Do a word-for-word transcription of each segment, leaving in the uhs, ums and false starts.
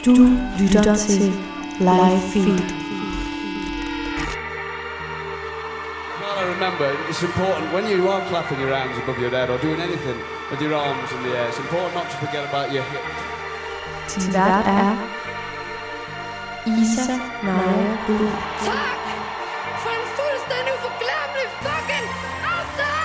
Du lytter til Live Feed. Well, I remember, it's important when you are clapping your hands above your head or doing anything with your arms in the air, it's important not to forget about your hips. Din vært er Isa Naja Buhl. Tak for en fuldstændig uforglemmelig fucking aften!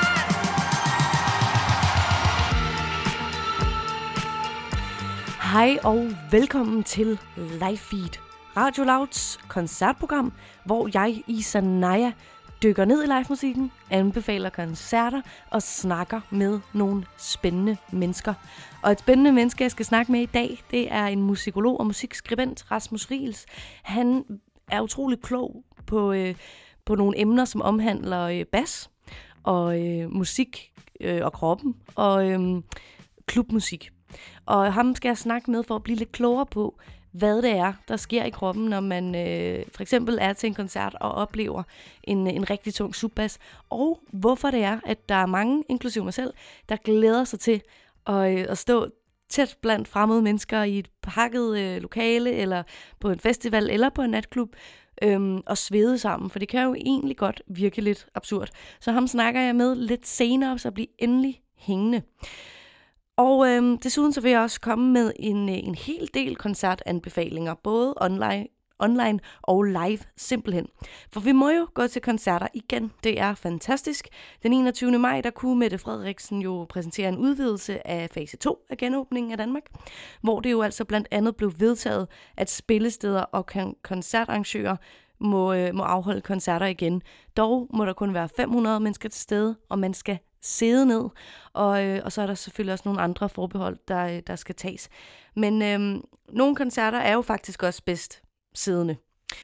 Hej og velkommen til Live Feed, Radio Louds koncertprogram, hvor jeg, Isa Naja, dykker ned i livemusikken, anbefaler koncerter og snakker med nogle spændende mennesker. Og et spændende menneske, jeg skal snakke med i dag, det er en musikolog og musikskribent, Rasmus Riels. Han er utrolig klog på, øh, på nogle emner, som omhandler øh, bas og øh, musik øh, og kroppen og øh, klubmusik. Og ham skal jeg snakke med for at blive lidt klogere på, hvad det er, der sker i kroppen, når man øh, for eksempel er til en koncert og oplever en, en rigtig tung subbas, og hvorfor det er, at der er mange, inklusive mig selv, der glæder sig til at, øh, at stå tæt blandt fremmede mennesker i et pakket øh, lokale, eller på en festival, eller på en natklub, øh, og svede sammen, for det kan jo egentlig godt virke lidt absurd. Så ham snakker jeg med lidt senere, så bliver endelig hængende. Og øhm, desuden så vil jeg også komme med en, en hel del koncertanbefalinger, både online, online og live simpelthen. For vi må jo gå til koncerter igen, det er fantastisk. Den enogtyvende maj, der kunne Mette Frederiksen jo præsentere en udvidelse af fase to af genåbningen af Danmark, hvor det jo altså blandt andet blev vedtaget, at spillesteder og kon- koncertarrangører må, øh, må afholde koncerter igen. Dog må der kun være fem hundrede mennesker til stede, og man skal sidde ned, og, øh, og så er der selvfølgelig også nogle andre forbehold, der, der skal tages. Men øh, nogle koncerter er jo faktisk også bedst siddende.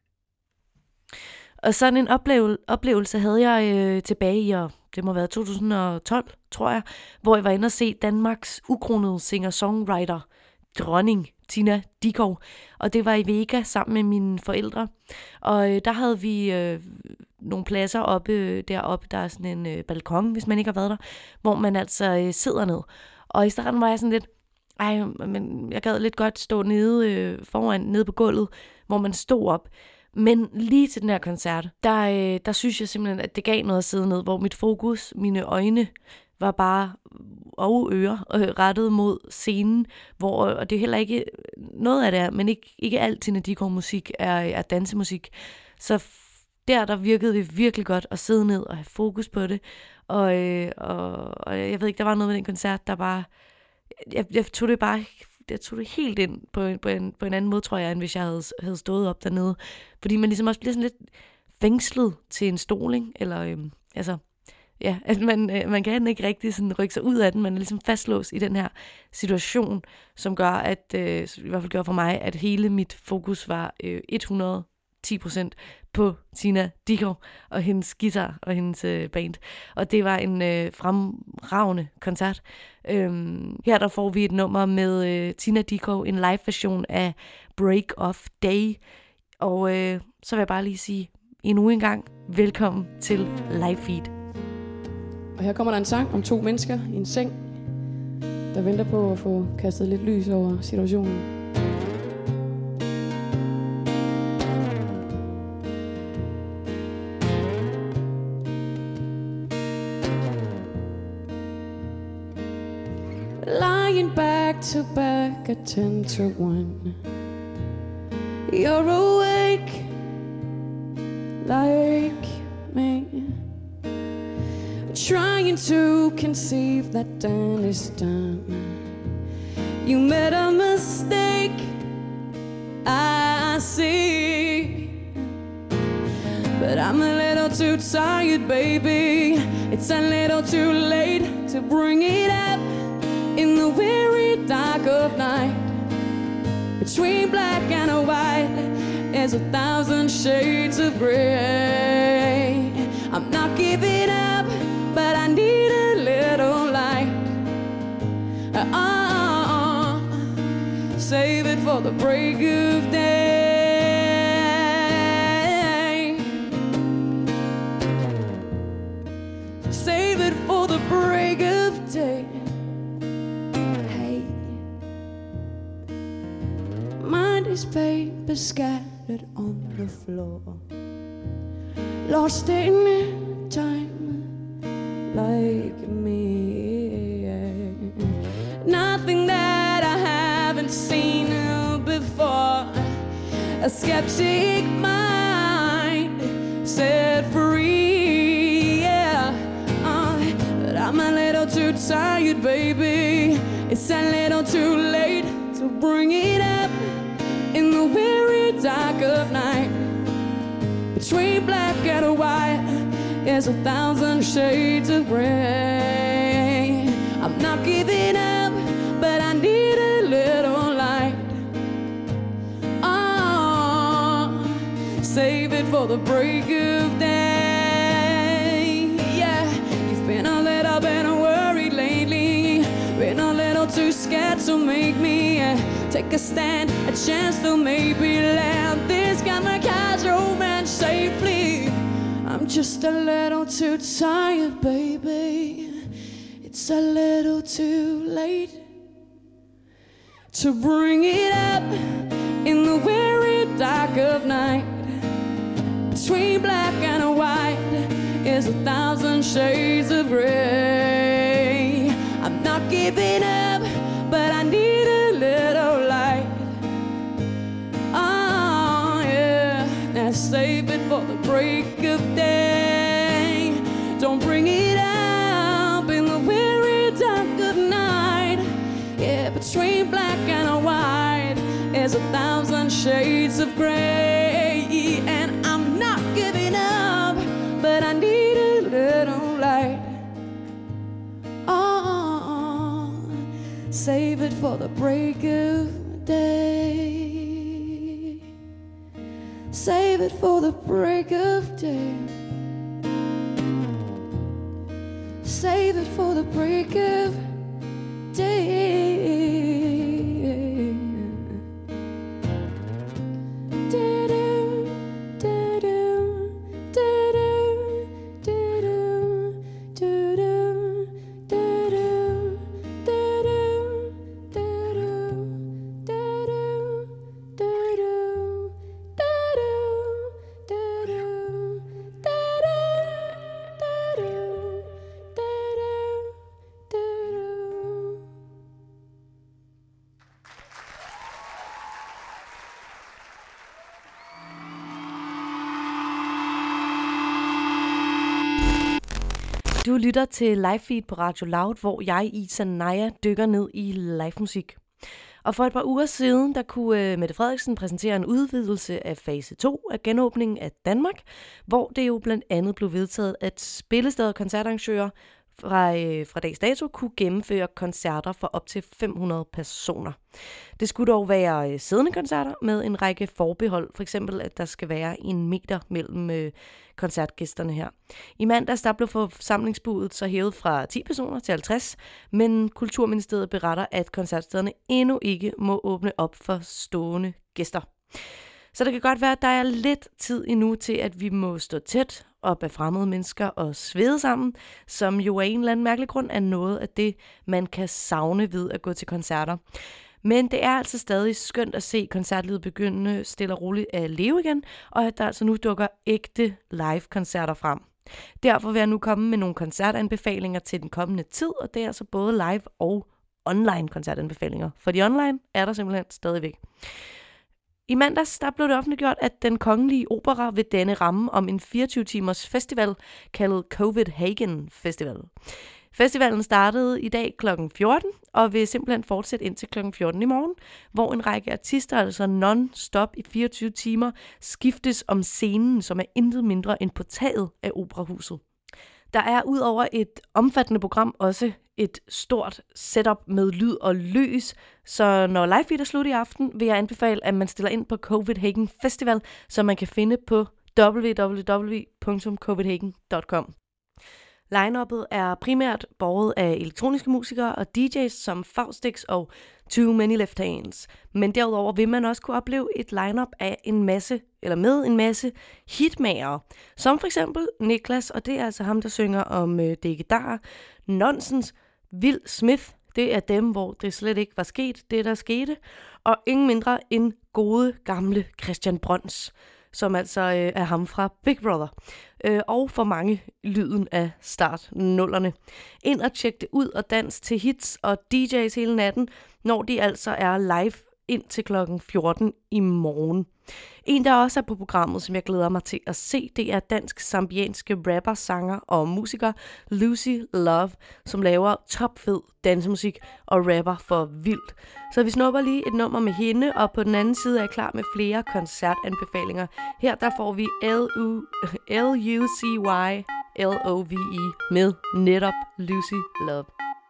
Og sådan en oplevel- oplevelse havde jeg øh, tilbage i, og det må have været to tusind og tolv, tror jeg, hvor jeg var inde og se Danmarks ukronede singer-songwriter, dronning Tina Dickow, og det var i Vega sammen med mine forældre, og øh, der havde vi øh, nogle pladser oppe øh, deroppe, der er sådan en øh, balkon, hvis man ikke har været der, hvor man altså øh, sidder ned, og i starten var jeg sådan lidt, ej, men jeg gad lidt godt stå nede øh, foran, nede på gulvet, hvor man stod op, men lige til den her koncert, der, øh, der synes jeg simpelthen, at det gav noget at sidde ned, hvor mit fokus, mine øjne, var bare og ører øh, rettet mod scenen, hvor, og det er heller ikke noget af det er, men ikke, ikke alt Tina Dickow musik er, er dansemusik. Så f- der, der virkede det virkelig godt at sidde ned og have fokus på det, og, øh, og, og jeg ved ikke, der var noget med den koncert, der bare, jeg, jeg tog det bare, jeg tog det helt ind på en, på en, på en anden måde, tror jeg, end hvis jeg havde, havde stået op dernede, fordi man ligesom også bliver sådan lidt fængslet til en stol, ikke? Eller øh, altså, ja, at man, øh, man kan ikke rigtig sådan rykke sig ud af den, man er ligesom fastlåst i den her situation, som gør, at, øh, i hvert fald gør for mig, at hele mit fokus var øh, et hundrede og ti procent på Tina Dickow og hendes guitar og hendes øh, band. Og det var en øh, fremragende koncert. Øhm, her der får vi et nummer med øh, Tina Dickow, en live version af Break of Day. Og øh, så vil jeg bare lige sige endnu en gang, velkommen til Live Feed. Og her kommer der en sang om to mennesker i en seng, der venter på at få kastet lidt lys over situationen. Lying back to back at ten to one. You're awake like me, trying to conceive that done is done. You made a mistake, I see, but I'm a little too tired, baby. It's a little too late to bring it up in the weary dark of night. Between black and white, there's a thousand shades of gray. I'm not giving up, but I need a little light. Oh, save it for the break of day. Save it for the break of day. Hey, these papers scattered on the floor. Lost in time like me. Nothing that I haven't seen before. A skeptic mind set free, yeah. Uh, but I'm a little too tired, baby. It's a little too late to bring it up in the weary dark of night. Between black and white, there's a thousand shades of gray. I'm not giving up, but I need a little light. Oh, save it for the break of day. Yeah, you've been a little bit worried lately, been a little too scared to make me uh, take a stand, a chance to maybe land this kamikaze romance safely. I'm just a little too tired, baby. It's a little too late to bring it up in the weary dark of night. Between black and white is a thousand shades of gray. I'm not giving up, but I need a little light. Oh yeah, now save it for the break of day. Don't bring it up in the weary dark of night. Yeah, between black and white is a thousand shades of gray. And I'm not giving up, but I need a little light. Oh, save it for the break of day. Save it for the break of day. Save it for the break of day. Du lytter til Live Feed på Radio Loud, hvor jeg, Isa Naja, dykker ned i live musik. Og for et par uger siden, der kunne Mette Frederiksen præsentere en udvidelse af fase to af genåbningen af Danmark, hvor det jo blandt andet blev vedtaget, at spillesteder og koncertarrangører fra, øh, fra dags dato kunne gennemføre koncerter for op til fem hundrede personer. Det skulle dog være øh, siddende koncerter med en række forbehold, for eksempel at der skal være en meter mellem øh, koncertgæsterne her. I mandags der blev forsamlingsbuddet så hævet fra ti personer til halvtreds, men Kulturministeriet beretter, at koncertstederne endnu ikke må åbne op for stående gæster. Så det kan godt være, at der er lidt tid endnu til, at vi må stå tæt op af fremmede mennesker og svede sammen, som jo af en eller anden mærkelig grund er noget af det, man kan savne ved at gå til koncerter. Men det er altså stadig skønt at se koncertlivet begynde stille og roligt at leve igen, og at der altså nu dukker ægte live-koncerter frem. Derfor vil jeg nu komme med nogle koncertanbefalinger til den kommende tid, og det er altså både live og online koncertanbefalinger. For de online er der simpelthen stadigvæk. I mandags der blev det offentliggjort, at Den Kongelige Opera vil danne ramme om en fireogtyve timers festival kaldet Copenhagen Festival. Festivalen startede i dag klokken fjorten og vil simpelthen fortsætte indtil klokken fjorten i morgen, hvor en række artister, altså non-stop i fireogtyve timer, skiftes om scenen, som er intet mindre end på taget af operahuset. Der er udover et omfattende program også et stort setup med lyd og lys, så når live feed er slut i aften, vil jeg anbefale, at man stiller ind på Copenhagen Festival, som man kan finde på w w w punktum copenhagen punktum com. Line-uppet er primært båret af elektroniske musikere og D J's som Faustix og Too Many Left Hands. Men derudover vil man også kunne opleve et line-up af en masse, eller med en masse hitmagere, som for eksempel Niklas, og det er altså ham, der synger om øh, det guitar, Nonsens, Will Smith, det er dem, hvor det slet ikke var sket, det der skete, og ingen mindre end gode gamle Christian Brøns, som altså øh, er ham fra Big Brother. Øh, og for mange lyden af start nullerne. Ind og tjek det ud og dans til hits og D J's hele natten, når de altså er live indtil klokken fjorten i morgen. En, der også er på programmet, som jeg glæder mig til at se, det er dansk-zambianske rapper, sanger og musiker Lucy Love, som laver topfed dansemusik og rapper for vildt. Så vi snupper lige et nummer med hende, og på den anden side er jeg klar med flere koncertanbefalinger. Her der får vi L U C Y L O V E med netop Lucy Love.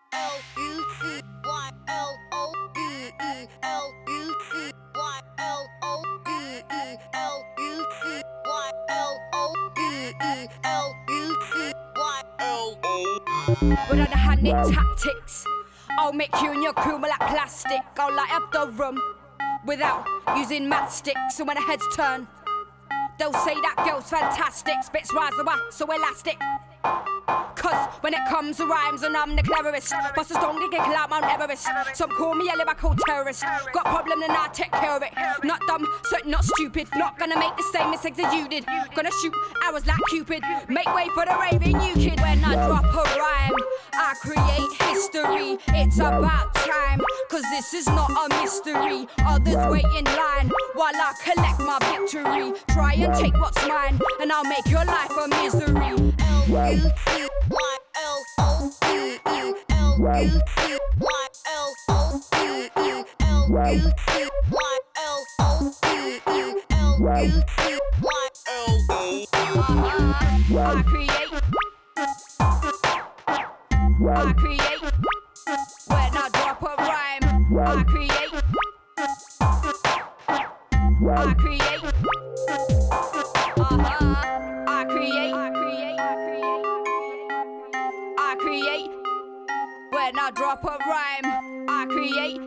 With underhanded tactics, I'll make you and your crew like plastic. I'll light up the room without using matchsticks. So when the heads turn, they'll say that girl's fantastic. Spits rise away, so elastic. Cause when it comes to rhymes and I'm the cleverest, busters don't get clout Mount Everest. Some call me a lyrical terrorist. Got problem then I take care of it. Not dumb, so not stupid. Not gonna make the same mistakes as you did. Gonna shoot arrows like Cupid. Make way for the raving you kid. When I drop a rhyme, I create history. It's about time, cause this is not a mystery. Others wait in line while I collect my victory. Try and take what's mine, and I'll make your life a misery. L U C Y L O U U L U C Y L O U U L U C Y L O U U L U C Y L O U U. I create, I create. When I drop a rhyme, I create, I create. Uh-huh. I create, I create, I create, I create. When I drop a rhyme, I create,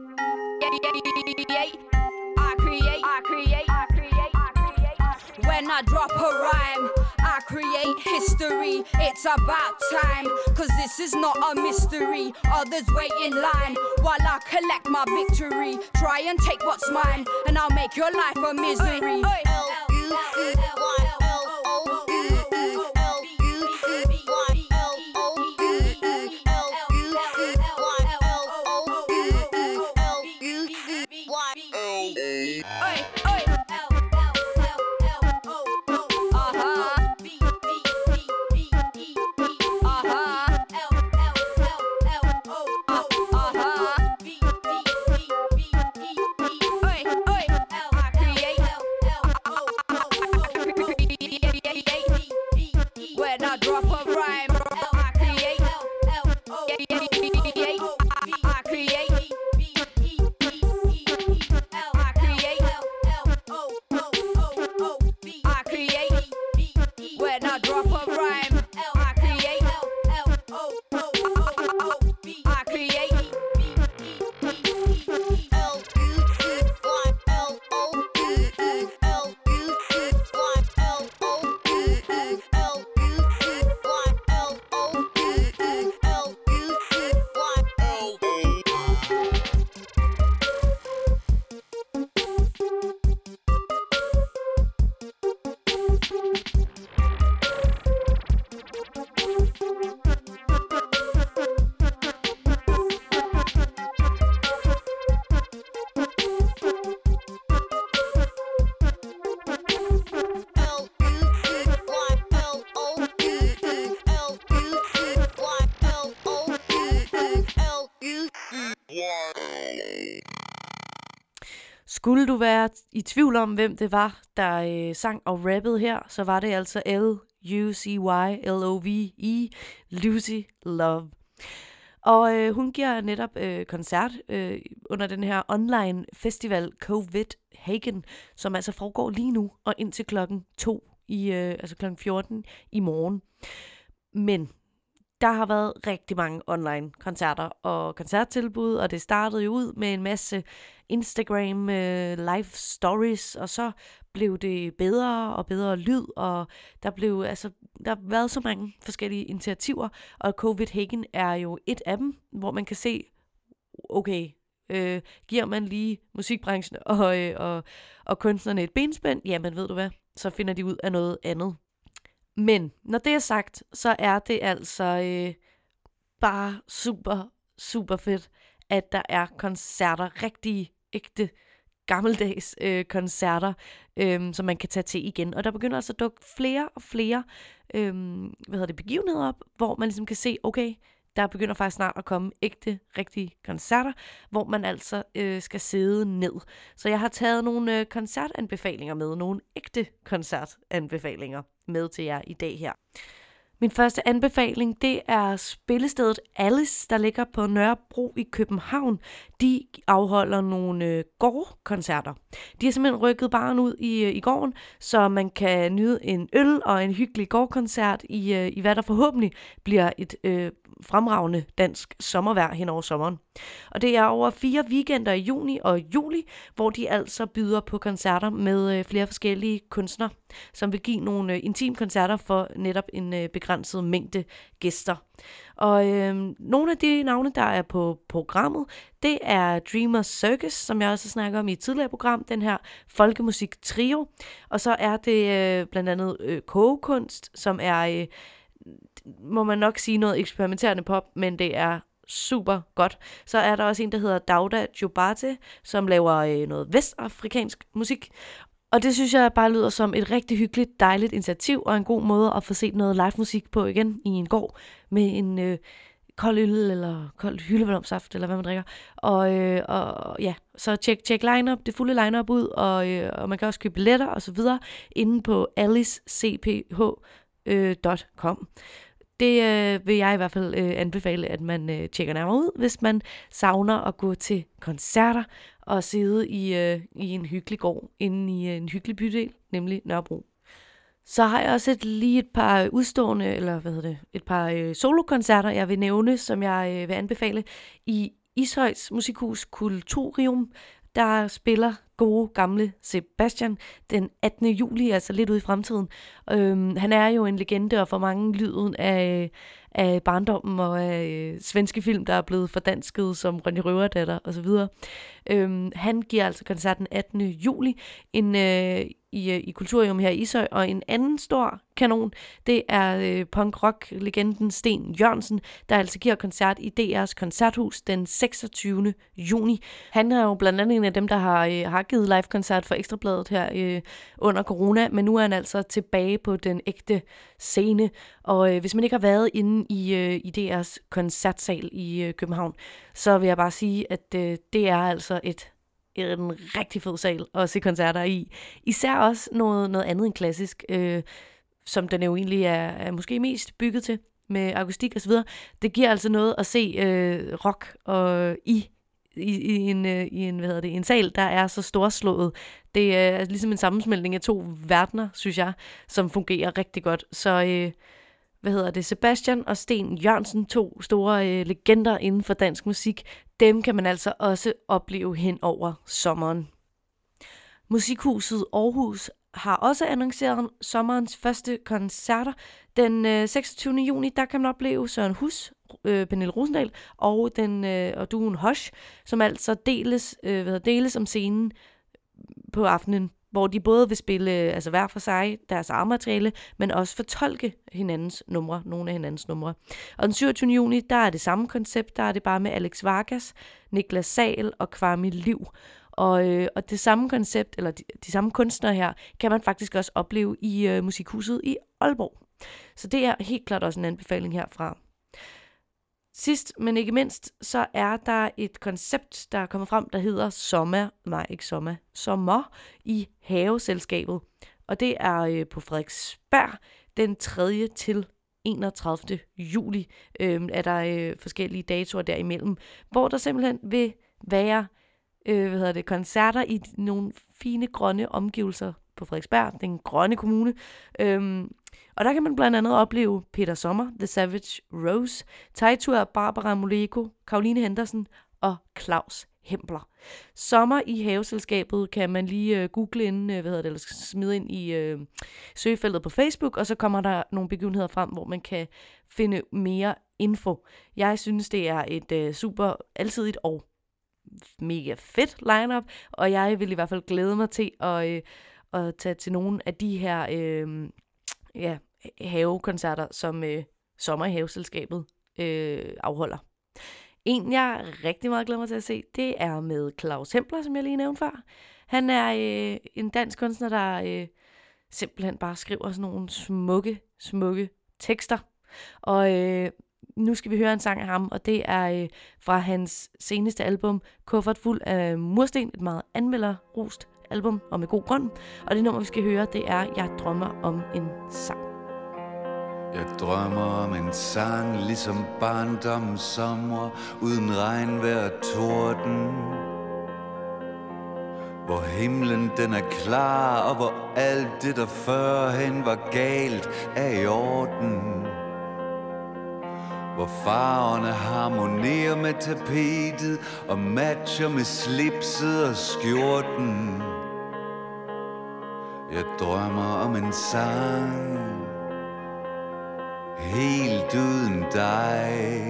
I create, I create, I create, I create. When I drop a rhyme, I create history. It's about time, cause this is not a mystery. Others wait in line while I collect my victory. Try and take what's mine, and I'll make your life a misery. L U C Y L O U U L U C Y L O U U L U C Y L O U U L U C Y L O U. Skulle du være i tvivl om, hvem det var, der øh, sang og rappede her, så var det altså L U C Y L O V E, Lucy Love. Og øh, hun giver netop øh, koncert øh, under den her online festival Copenhagen, som altså foregår lige nu og indtil klokken to, i, øh, altså klokken fjorten i morgen. Men der har været rigtig mange online koncerter og koncerttilbud, og det startede jo ud med en masse Instagram øh, live stories, og så blev det bedre og bedre lyd, og der blev altså der har været så mange forskellige initiativer, og Copenhagen er jo et af dem, hvor man kan se, okay, Øh, giver man lige musikbranchen og, øh, og, og kunstnerne et benspænd, jamen ved du hvad, så finder de ud af noget andet. Men når det er sagt, så er det altså øh, bare super, super fedt, at der er koncerter, rigtige, ægte, gammeldags øh, koncerter, øh, som man kan tage til igen. Og der begynder altså at dukke flere og flere øh, hvad hedder det, begivenheder op, hvor man ligesom kan se, okay, der begynder faktisk snart at komme ægte, rigtige koncerter, hvor man altså øh, skal sidde ned. Så jeg har taget nogle øh, koncertanbefalinger med, nogle ægte koncertanbefalinger med til jer i dag her. Min første anbefaling, det er spillestedet Alice, der ligger på Nørrebro i København. De afholder nogle øh, gårdkoncerter. De har simpelthen rykket baren ud i, øh, i gården, så man kan nyde en øl og en hyggelig gårdkoncert i, øh, i hvad der forhåbentlig bliver et øh, fremragende dansk sommervejr hen over sommeren. Og det er over fire weekender i juni og juli, hvor de altså byder på koncerter med øh, flere forskellige kunstnere, som vil give nogle øh, intime koncerter for netop en øh, begrænset mængde gæster. Og øh, nogle af de navne, der er på programmet, det er Dreamers Circus, som jeg også snakker om i et tidligere program, den her folkemusik trio. Og så er det øh, blandt andet øh, kogekunst, som er, øh, må man nok sige, noget eksperimenterende pop, men det er super godt. Så er der også en, der hedder Dauda Jobate, som laver øh, noget vestafrikansk musik. Og det synes jeg bare lyder som et rigtig hyggeligt, dejligt initiativ, og en god måde at få set noget live musik på igen i en gård med en øh, kold øl eller kold hyldeblomsaft, eller hvad man drikker. Og, øh, og ja, så tjek, tjek line-up, det fulde line-up ud, og, øh, og man kan også købe billetter og så videre inde på alice c p h punktum com. Det øh, vil jeg i hvert fald øh, anbefale, at man øh, tjekker nærmere ud, hvis man savner at gå til koncerter og sidde i, øh, i en hyggelig gård inde i øh, en hyggelig bydel, nemlig Nørrebro. Så har jeg også et, lige et par udstående, eller hvad hedder det, et par øh, solokoncerter, jeg vil nævne, som jeg øh, vil anbefale. I Ishøjs Musikhus Kulturium, der spiller gode gamle Sebastian den attende juli, altså lidt ude i fremtiden. Øhm, han er jo en legende, og for mange lyden af, af barndommen og af øh, svenske film, der er blevet fordansket som Ronja Røverdatter osv. Øhm, han giver altså koncert den attende juli en, øh, i, i Kulturium her i Ishøj, og en anden stor kanon, det er øh, punk-rock-legenden Sten Jørgensen, der altså giver koncert i D R's koncerthus den seksogtyvende juni. Han er jo blandt andet en af dem, der har, øh, har givet live-koncert for Ekstra Bladet her øh, under corona, men nu er han altså tilbage på den ægte scene, og øh, hvis man ikke har været inde i, øh, i D R's koncertsal i øh, København, så vil jeg bare sige, at øh, det er altså et en rigtig fed sal at se koncerter i. Især også noget, noget andet end klassisk, øh, som den jo egentlig er, er måske mest bygget til, med akustik og så videre. Det giver altså noget at se øh, rock og i, i, i, en, øh, i en, hvad hedder det, en sal, der er så storslået. Det er ligesom en sammensmeltning af to verdener, synes jeg, som fungerer rigtig godt. Så øh, hvad hedder det, Sebastian og Sten Jørgensen, to store øh, legender inden for dansk musik, dem kan man altså også opleve hen over sommeren. Musikhuset Aarhus har også annonceret sommerens første koncerter. Den øh, seksogtyvende juni, der kan man opleve Søren Hus, øh, Pernille Rosendal og, den, øh, og duen Hosh, som altså deles, øh, hvad hedder, deles om scenen på aftenen, hvor de både vil spille altså hver for sig deres eget materiale, men også fortolke hinandens numre, nogle af hinandens numre. Og den syvogtyvende juni, der er det samme koncept, der er det bare med Alex Vargas, Niklas Sahl og Kwame Liv. Og, øh, og det samme koncept, eller de, de samme kunstnere her, kan man faktisk også opleve i øh, Musikhuset i Aalborg. Så det er helt klart også en anbefaling herfra. Sidst, men ikke mindst, så er der et koncept, der er kommet frem, der hedder Sommer, nej ikke Sommer, Sommer i Haveselskabet. Og det er øh, på Frederiksberg den tredje til enogtredivte juli, øh, er der øh, forskellige datoer derimellem, hvor der simpelthen vil være øh, hvad hedder det, koncerter i nogle fine grønne omgivelser på Frederiksberg, den grønne kommune. Øhm, og der kan man blandt andet opleve Peter Sommer, The Savage Rose, Teitur, Barbara Moleko, Caroline Henderson og Claus Hempler. Sommer i Haveselskabet kan man lige øh, google ind, øh, hvad hedder det, eller smide ind i øh, søgefeltet på Facebook, og så kommer der nogle begivenheder frem, hvor man kan finde mere info. Jeg synes, det er et øh, super alsidigt og mega fedt lineup, og jeg vil i hvert fald glæde mig til at, øh, at tage til nogle af de her øh, ja, havekoncerter, som øh, Sommer i Haveselskabet øh, afholder. En, jeg rigtig meget glæder mig til at se, det er med Claus Hempler, som jeg lige nævnte før. Han er øh, en dansk kunstner, der øh, simpelthen bare skriver sådan nogle smukke, smukke tekster. Og øh, nu skal vi høre en sang af ham, og det er øh, fra hans seneste album, Kuffert fuld af mursten, et meget anmelderrost album, og med god grund. Og det nummer, vi skal høre, det er Jeg drømmer om en sang. Jeg drømmer om en sang, ligesom barndommens sommer, uden regnvejr og torden. Hvor himlen den er klar, og hvor alt det der førhen var galt er i orden. Hvor farverne harmonerer med tapetet og matcher med slipset og skjorten. Jeg drømmer om en sang helt uden dig.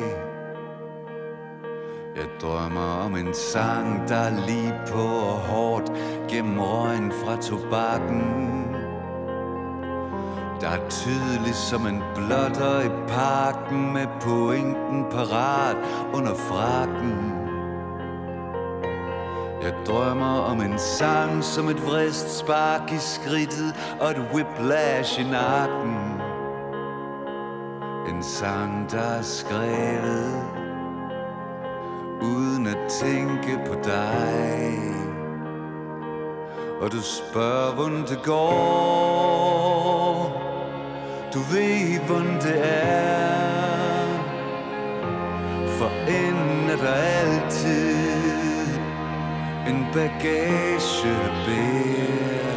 Jeg drømmer om en sang, der er lige på og hårdt gennem røgen fra tobakken. Der er tydelig som en blotter i parken med pointen parat under frakken. Jeg drømmer om en sang som et vrist spark i skridtet og et whiplash i nakken. En sang, der er skrevet uden at tænke på dig. Og du spørger, hvordan det går. Du ved, hvordan det er. For enden er der altid en bagage at bære.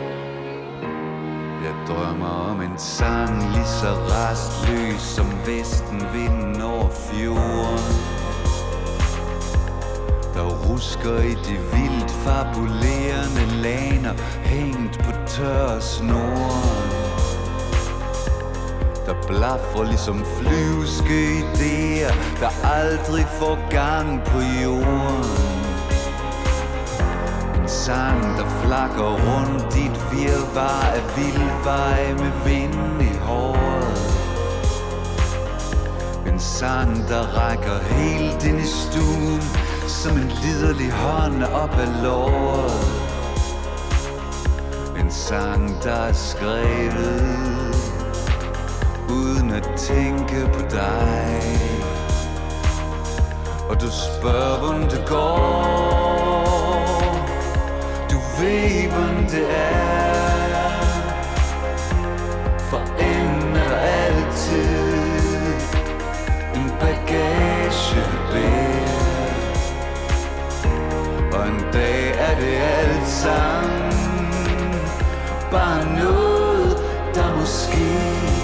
Jeg drømmer om en sang lige så rastløs som vestenvinden over fjorden, der rusker i de vildt fabulerende laner hængt på tør snoren, der blaffer ligesom flyvske idéer, der aldrig får gang på jorden. En sang, der flakker rundt i et virvar af vildveje med vind i håret. En sang, der rækker helt ind i stuen som en liderlig hånd op ad låret. En sang, der er skrevet uden at tænke på dig. Og du spørger, hvordan det går. Du ved, hvordan det er. For enden er der altid en bagage at bære. Og en dag er det alt sammen bare noget, der måske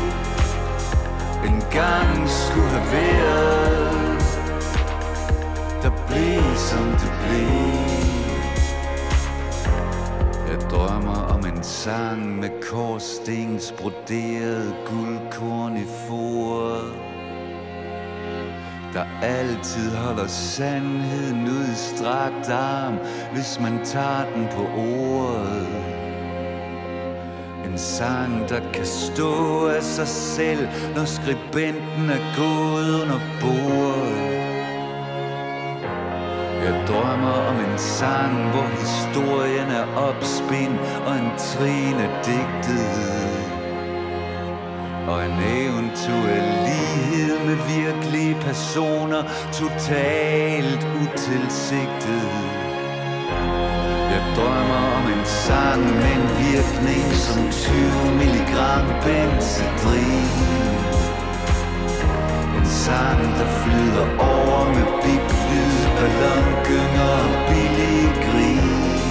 en gang skulle have været. Der blev som det blev. Jeg drømmer om en sang med korsstens broderet guldkorn i foret, der altid holder sandheden ud i strakt arm, hvis man tager den på ordet. En sang, der kan stå af sig selv, når skribenten er gået under bordet. Jeg drømmer om en sang, hvor historien er opspind og en trin er digtet, og en eventuel lighed med virkelige personer, totalt utilsigtet. Jeg drømmer om en sang med en virkning som tyve milligram benzedrin. En sang, der flyder over med biblyd, ballongynger og billige grin.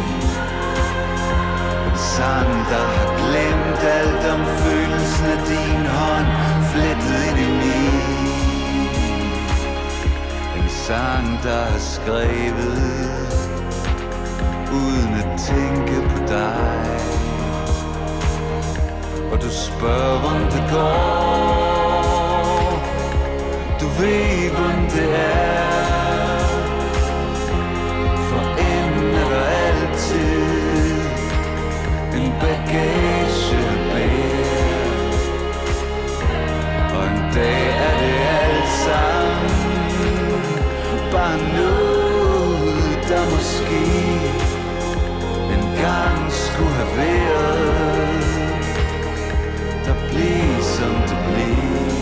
En sang, der har glemt alt om følelsen af din hånd, flettet ind i min. En sang, der er skrevet uden at tænke på dig. Og du spørger, hvordan det går. Du ved, hvordan det er. bagagebær. Og en dag er det alt sammen bare noget, der måske engang skulle have været. Der blev som det blev.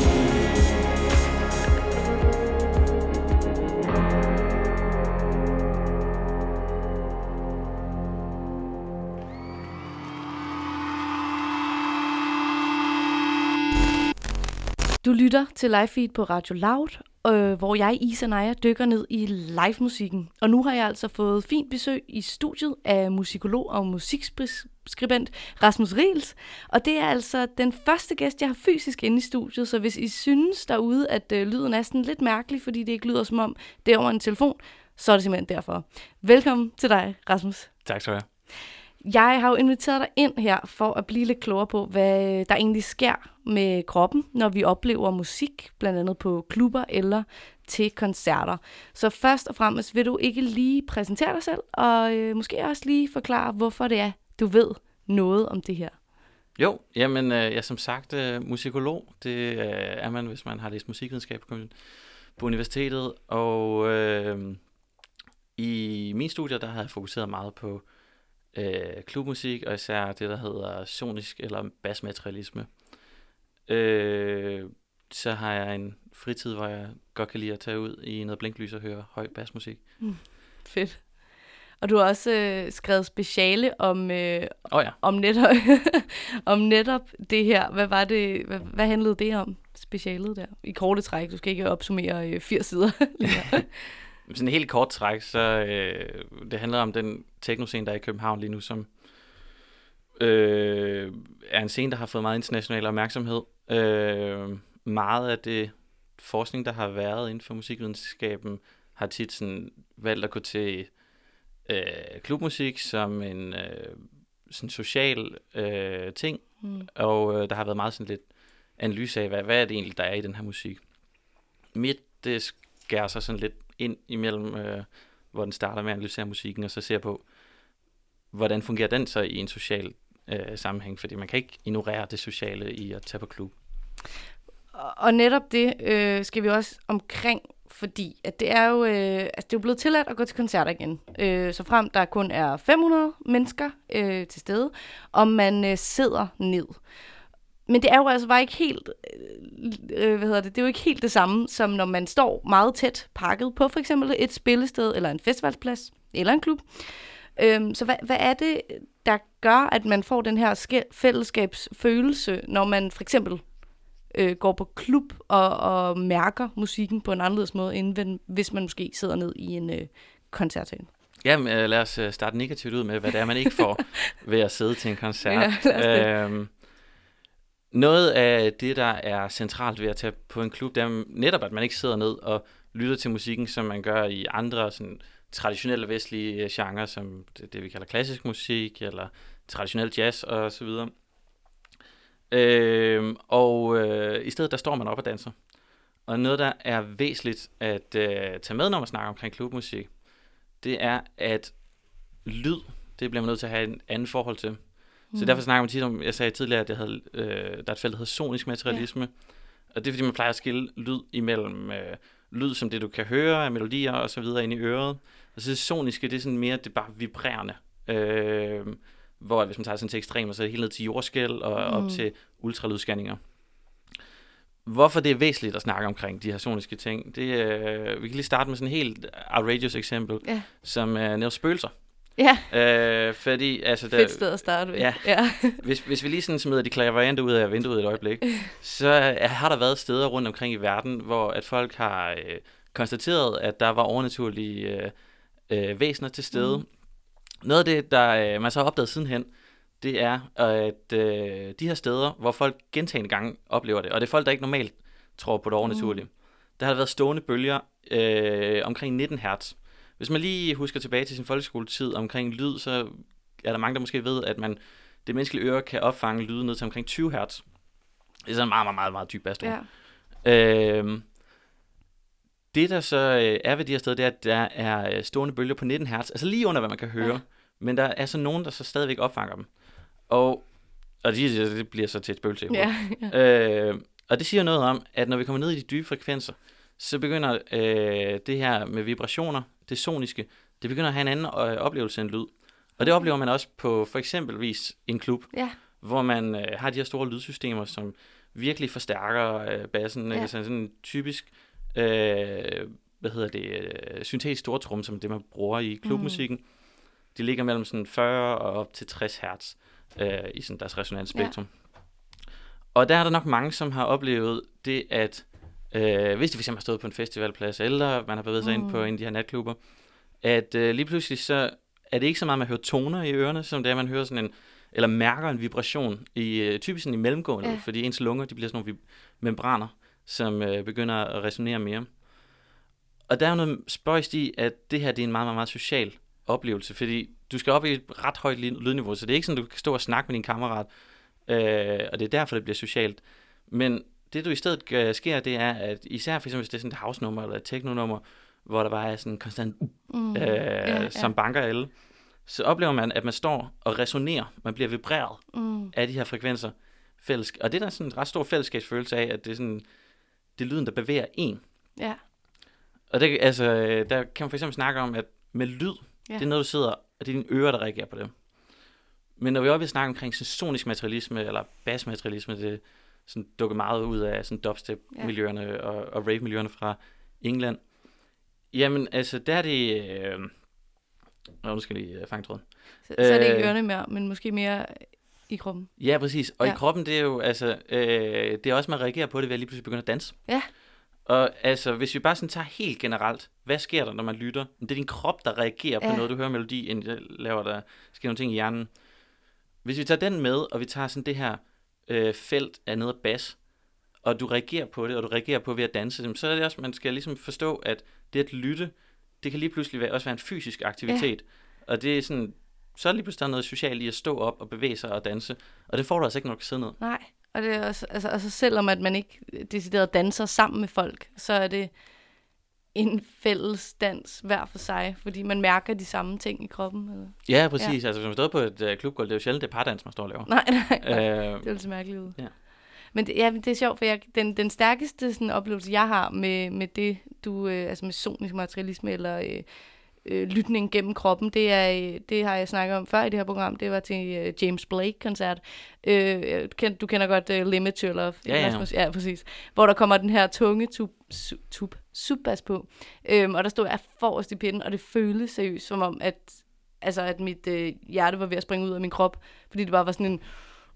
Du lytter til Live Feed på Radio Loud, øh, hvor jeg, Isa Naja, dykker ned i live-musikken. Og nu har jeg altså fået fint besøg i studiet af musikolog og musikskribent Rasmus Riels. Og det er altså den første gæst, jeg har fysisk inde i studiet, så hvis I synes derude, at øh, lyden er sådan lidt mærkelig, fordi det ikke lyder som om det er over en telefon, så er det simpelthen derfor. Velkommen til dig, Rasmus. Tak skal du have. Jeg har jo inviteret dig ind her for at blive lidt klogere på, hvad der egentlig sker med kroppen, når vi oplever musik, blandt andet på klubber eller til koncerter. Så først og fremmest vil du ikke lige præsentere dig selv, og øh, måske også lige forklare, hvorfor det er, du ved noget om det her. Jo, jamen øh, jeg er som sagt øh, musikolog. Det øh, er man, hvis man har læst musikvidenskab på, på universitetet. Og øh, i min studie, der har jeg fokuseret meget på Øh, klubmusik, og især det, der hedder sonisk eller basmaterialisme. Øh, så har jeg en fritid, hvor jeg godt kan lide at tage ud i noget blinklys og høre høj basmusik. Mm, fedt. Og du har også øh, skrevet speciale om, øh, oh ja. om, netop, om netop det her. Hvad var det? Hvad, hvad handlede det om, specialet der? I korte træk, du skal ikke opsummere øh, firs sider. Sådan en helt kort træk, så øh, det handler om den teknoscene, der er i København lige nu, som øh, er en scene, der har fået meget international opmærksomhed. Øh, meget af det forskning, der har været inden for musikvidenskaben, har tit sådan valgt at gå til øh, klubmusik som en øh, sådan social øh, ting, mm. og øh, der har været meget sådan lidt analyse af, hvad, hvad er det egentlig, der er i den her musik. Mit, det skærer sig sådan lidt ind imellem, øh, hvor den starter med at analysere musikken, og så ser på, hvordan fungerer den så i en social øh, sammenhæng, fordi man kan ikke ignorere det sociale i at tage på klub. Og netop det øh, skal vi også omkring, fordi at det er jo øh, altså det er jo blevet tilladt at gå til koncerter igen, øh, så frem der kun er fem hundrede mennesker øh, til stede, og man øh, sidder ned. Men det er jo altså bare ikke helt, øh, hvad hedder det, det er jo ikke helt det samme, som når man står meget tæt pakket på for eksempel et spillested, eller en festivalsplads, eller en klub. Øhm, så hvad, hvad er det, der gør, at man får den her ske- fællesskabsfølelse, når man for eksempel øh, går på klub og, og mærker musikken på en anderledes måde, end hvis man måske sidder ned i en øh, koncertsal? Jamen, øh, lad os starte negativt ud med, hvad det er, man ikke får ved at sidde til en koncert. Ja, øhm, Noget af det, der er centralt ved at tage på en klub, det er netop, at man ikke sidder ned og lytter til musikken, som man gør i andre sådan, traditionelle vestlige genrer, som det, det vi kalder klassisk musik, eller traditionel jazz og så videre. Øh, og øh, i stedet, der står man op og danser. Og noget, der er væsentligt at øh, tage med, når man snakker omkring klubmusik, det er, at lyd, det bliver man nødt til at have en anden forhold til. Så mm. derfor snakker man tit om, jeg sagde tidligere, at jeg havde, øh, der er et felt, der hedder sonisk materialisme. Ja. Og det er, fordi man plejer at skille lyd imellem øh, lyd, som det du kan høre af melodier og så videre ind i øret. Og så det soniske, det er sådan mere, det er bare vibrerende. Øh, hvor hvis man tager sådan til ekstremer, så er det helt ned til jordskæl og mm. op til ultralydsscanninger. Hvorfor det er væsentligt at snakke omkring de her soniske ting, det øh, vi kan lige starte med sådan et helt outrageous eksempel, ja. som er øh, netop spøgelser. Ja, øh, fordi, altså, der, fedt sted at starte ved. Ja, ja. hvis, hvis vi lige sådan smider de klaverante ud af vinduet et øjeblik, så øh, har der været steder rundt omkring i verden, hvor at folk har øh, konstateret, at der var overnaturlige øh, øh, væsener til stede. Mm. Noget af det, der øh, man så har opdaget sidenhen, det er, at øh, de her steder, hvor folk gentagne gange oplever det, og det er folk, der ikke normalt tror på det overnaturlige, mm. der har der været stående bølger øh, omkring nitten hertz. Hvis man lige husker tilbage til sin folkeskoletid omkring lyd, så er der mange, der måske ved, at man det menneskelige øre kan opfange lyde ned til omkring tyve hertz. Det er sådan en meget, meget, meget, meget dyb bassdrone. Ja. Øh, det, der så er ved de her steder, det er, at der er stående bølger på nitten hertz, altså lige under, hvad man kan høre. Ja. Men der er så nogen, der så stadigvæk opfanger dem. Og, og det, det bliver så til et spøgelse. Ja, ja. Øh, og det siger noget om, at når vi kommer ned i de dybe frekvenser, så begynder øh, det her med vibrationer, det soniske, det begynder at have en anden øh, oplevelse end lyd. Og det oplever man også på for eksempelvis en klub, Ja. hvor man øh, har de her store lydsystemer, som virkelig forstærker øh, bassen. Ja. Ja. Altså sådan en typisk, øh, hvad hedder det, øh, syntetisk stortrum, som det man bruger i klubmusikken. Mm. De ligger mellem sådan fyrre og op til tres hertz øh, i sådan deres resonansspektrum. Ja. Og der er der nok mange, som har oplevet det, at øh, hvis de fx har stået på en festivalplads, eller man har bevæget sig mm. ind på en af de her natklubber, at øh, lige pludselig så er det ikke så meget, man hører toner i ørerne, som det er, man hører sådan en, eller mærker en vibration, i øh, typisk sådan i mellemgående, ja. Fordi ens lunger, de bliver sådan nogle vib- membraner, som øh, begynder at resonere mere. Og der er jo noget spøjst i, at det her, det er en meget, meget, meget social oplevelse, fordi du skal op i et ret højt lydniveau, så det er ikke sådan, du kan stå og snakke med din kammerat, øh, og det er derfor, det bliver socialt. Men det, du i stedet gør, sker, det er, at især for eksempel, hvis det er sådan et house-nummer, eller et techno-nummer, hvor der bare er sådan en konstant, mm. øh, ja, ja. som banker alle, så oplever man, at man står og resonerer, man bliver vibreret mm. af de her frekvenser. Fælles, og det er der sådan en ret stor fællesskabsfølelse af, at det er sådan, det er lyden, der bevæger en. Ja. Og det, altså, der kan man for eksempel snakke om, at med lyd, ja. Det er noget, du sidder, og det er dine ører, der reagerer på det. Men når vi er oppe i snakke omkring sådan sonisk materialisme, eller bassmaterialisme, det sådan dukker meget ud af sådan dubstep-miljøerne ja. og, og rave-miljøerne fra England. Jamen, altså, der er det... Øh, nu skal jeg lige fange tråden. Så, så er det ikke ørerne mere, men måske mere i kroppen. Ja, præcis. Og ja. I kroppen, det er jo, altså, øh, det er også, man reagerer på det, ved at lige pludselig begynde at danse. Ja. Og altså, hvis vi bare sådan tager helt generelt, hvad sker der, når man lytter? Det er din krop, der reagerer ja. på noget. Du hører melodi, inden der laver der sker nogle ting i hjernen. Hvis vi tager den med, og vi tager sådan det her øh, felt af ned ad bas, og du reagerer på det, og du reagerer på ved at danse, så er det også, man skal ligesom forstå, at det at lytte, det kan lige pludselig være, også være en fysisk aktivitet. Ja. Og det er sådan, så er det lige pludselig noget socialt i at stå op og bevæge sig og danse. Og det får du altså ikke, når du kan sidde ned. Nej, og det er også, altså, altså selvom at man ikke decideret danser sammen med folk, så er det en fælles dans hver for sig, fordi man mærker de samme ting i kroppen. Eller? Ja, præcis. Ja. Altså hvis man står på et uh, klubgulv, det er jo sjældent, det er pardans, man står og laver. Nej, nej, nej. Øh, det er jo så mærkeligt ud. Ja. Men det, ja, det er sjovt, for jeg, den, den stærkeste sådan, oplevelse, jeg har med, med det, du, øh, altså med sonisk materialisme eller øh, øh, lytning gennem kroppen, det, er, det har jeg snakket om før i det her program, det var til øh, James Blake-koncert. Øh, du kender godt uh, Limit to Love. Ja, ja. Ja, præcis. Hvor der kommer den her tunge tub, sub, tub, subbas på, øhm, og der stod jeg forrest i pinden, og det føltes seriøst, som om, at, altså, at mit øh, hjerte var ved at springe ud af min krop, fordi det bare var sådan en...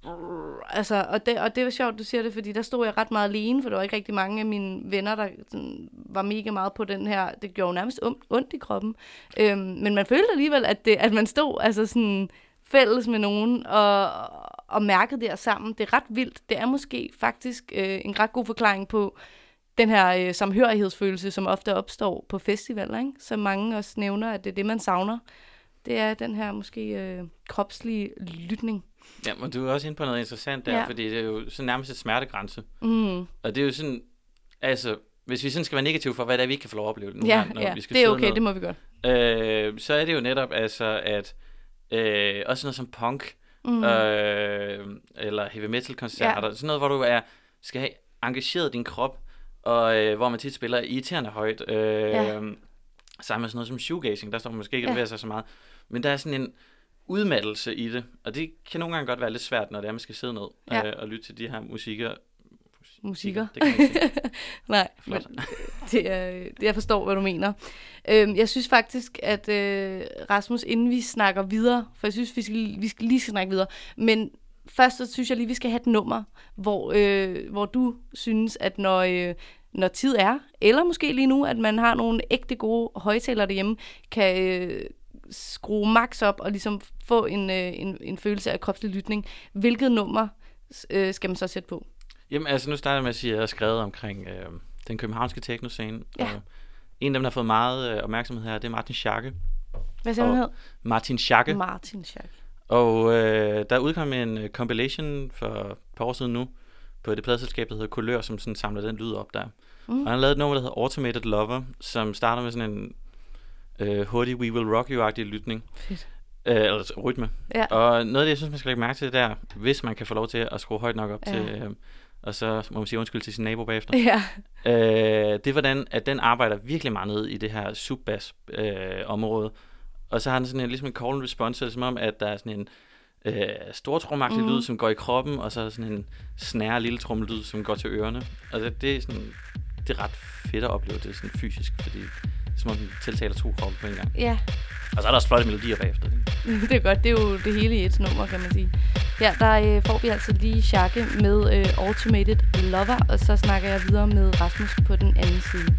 Altså, og det, og det var sjovt, du siger det, fordi der stod jeg ret meget alene, for der var ikke rigtig mange af mine venner, der sådan, var mega meget på den her, det gjorde nærmest ondt, ondt i kroppen. Øhm, men man følte alligevel, at, det, at man stod altså sådan fælles med nogen, og, og mærkede det her sammen. Det er ret vildt. Det er måske faktisk øh, en ret god forklaring på den her øh, samhørighedsfølelse, som ofte opstår på festivaler, ikke? Så mange også nævner, at det er det, man savner. Det er den her måske øh, kropslige lytning. Ja, men du er også inde på noget interessant der, ja. Fordi det er jo så nærmest et smertegrænse. Mm. Og det er jo sådan, altså, hvis vi sådan skal være negativ for, hvad det er, vi ikke kan få lov at opleve det nu ja, her, når ja. vi skal det er okay, ned, det må vi godt. Øh, så er det jo netop, altså, at øh, også noget som punk, mm. øh, eller heavy metal koncerter, ja. Sådan noget, hvor du er, skal have engageret din krop, og øh, hvor man tit spiller irriterende højt, øh, ja. Sammen med sådan noget som shoegazing, der står man måske ikke at bevæge sig så meget, men der er sådan en udmattelse i det, og det kan nogle gange godt være lidt svært, når det er, man skal sidde ned ja. øh, og lytte til de her musikker. Musikker? Det kan man ikke Nej, men det er, det jeg forstår, hvad du mener. Øhm, jeg synes faktisk, at øh, Rasmus, inden vi snakker videre, for jeg synes, vi skal, vi skal lige snakke videre, men først så synes jeg lige, vi skal have et nummer, hvor, øh, hvor du synes, at når... Øh, når tid er, eller måske lige nu, at man har nogle ægte gode højtalere derhjemme, kan øh, skrue max op og ligesom få en, øh, en, en følelse af kropslig lytning. Hvilket nummer øh, skal man så sætte på? Jamen altså, nu starter jeg med at sige, at jeg har skrevet omkring øh, den københavnske techno-scene. Ja. Og en af dem, der har fået meget øh, opmærksomhed her, det er Martin Schaake. Hvad siger han hed? Martin Schaake. Martin Schaake. Og øh, der udkom en uh, compilation for et par år siden nu, på det pladeselskab, der hedder Kulør, som sådan samler den lyd op der. Mm. Og han har lavet et nummer, der hedder Automated Lover, som starter med sådan en uh, hurtig We Will Rock You-agtig lytning. Fedt. Øh, eller rytme. Ja. Og noget af det, jeg synes, man skal lægge mærke til, det er, hvis man kan få lov til at skrue højt nok op Ja. til, øh, og så må man sige undskyld til sin nabo bagefter. Ja. Øh, det er hvordan, at den arbejder virkelig meget ned i det her sub-bass øh, område. Og så har den sådan en, ligesom en call and response, så det er som om, at der er sådan en øh, stortrommagtig Mhm. lyd, som går i kroppen, og så er der sådan en snære lille trommelyd, som går til ørerne. Og det, det er sådan, det er ret fedt at opleve det sådan fysisk, fordi det er som om den tiltaler to kroppe på en gang. Ja. Og så er der også flotte melodier bagefter. Ikke? Det er godt, det er jo det hele i et nummer, kan man sige. Ja, der øh, får vi altså lige Shake med øh, Automated Lover, og så snakker jeg videre med Rasmus på den anden side.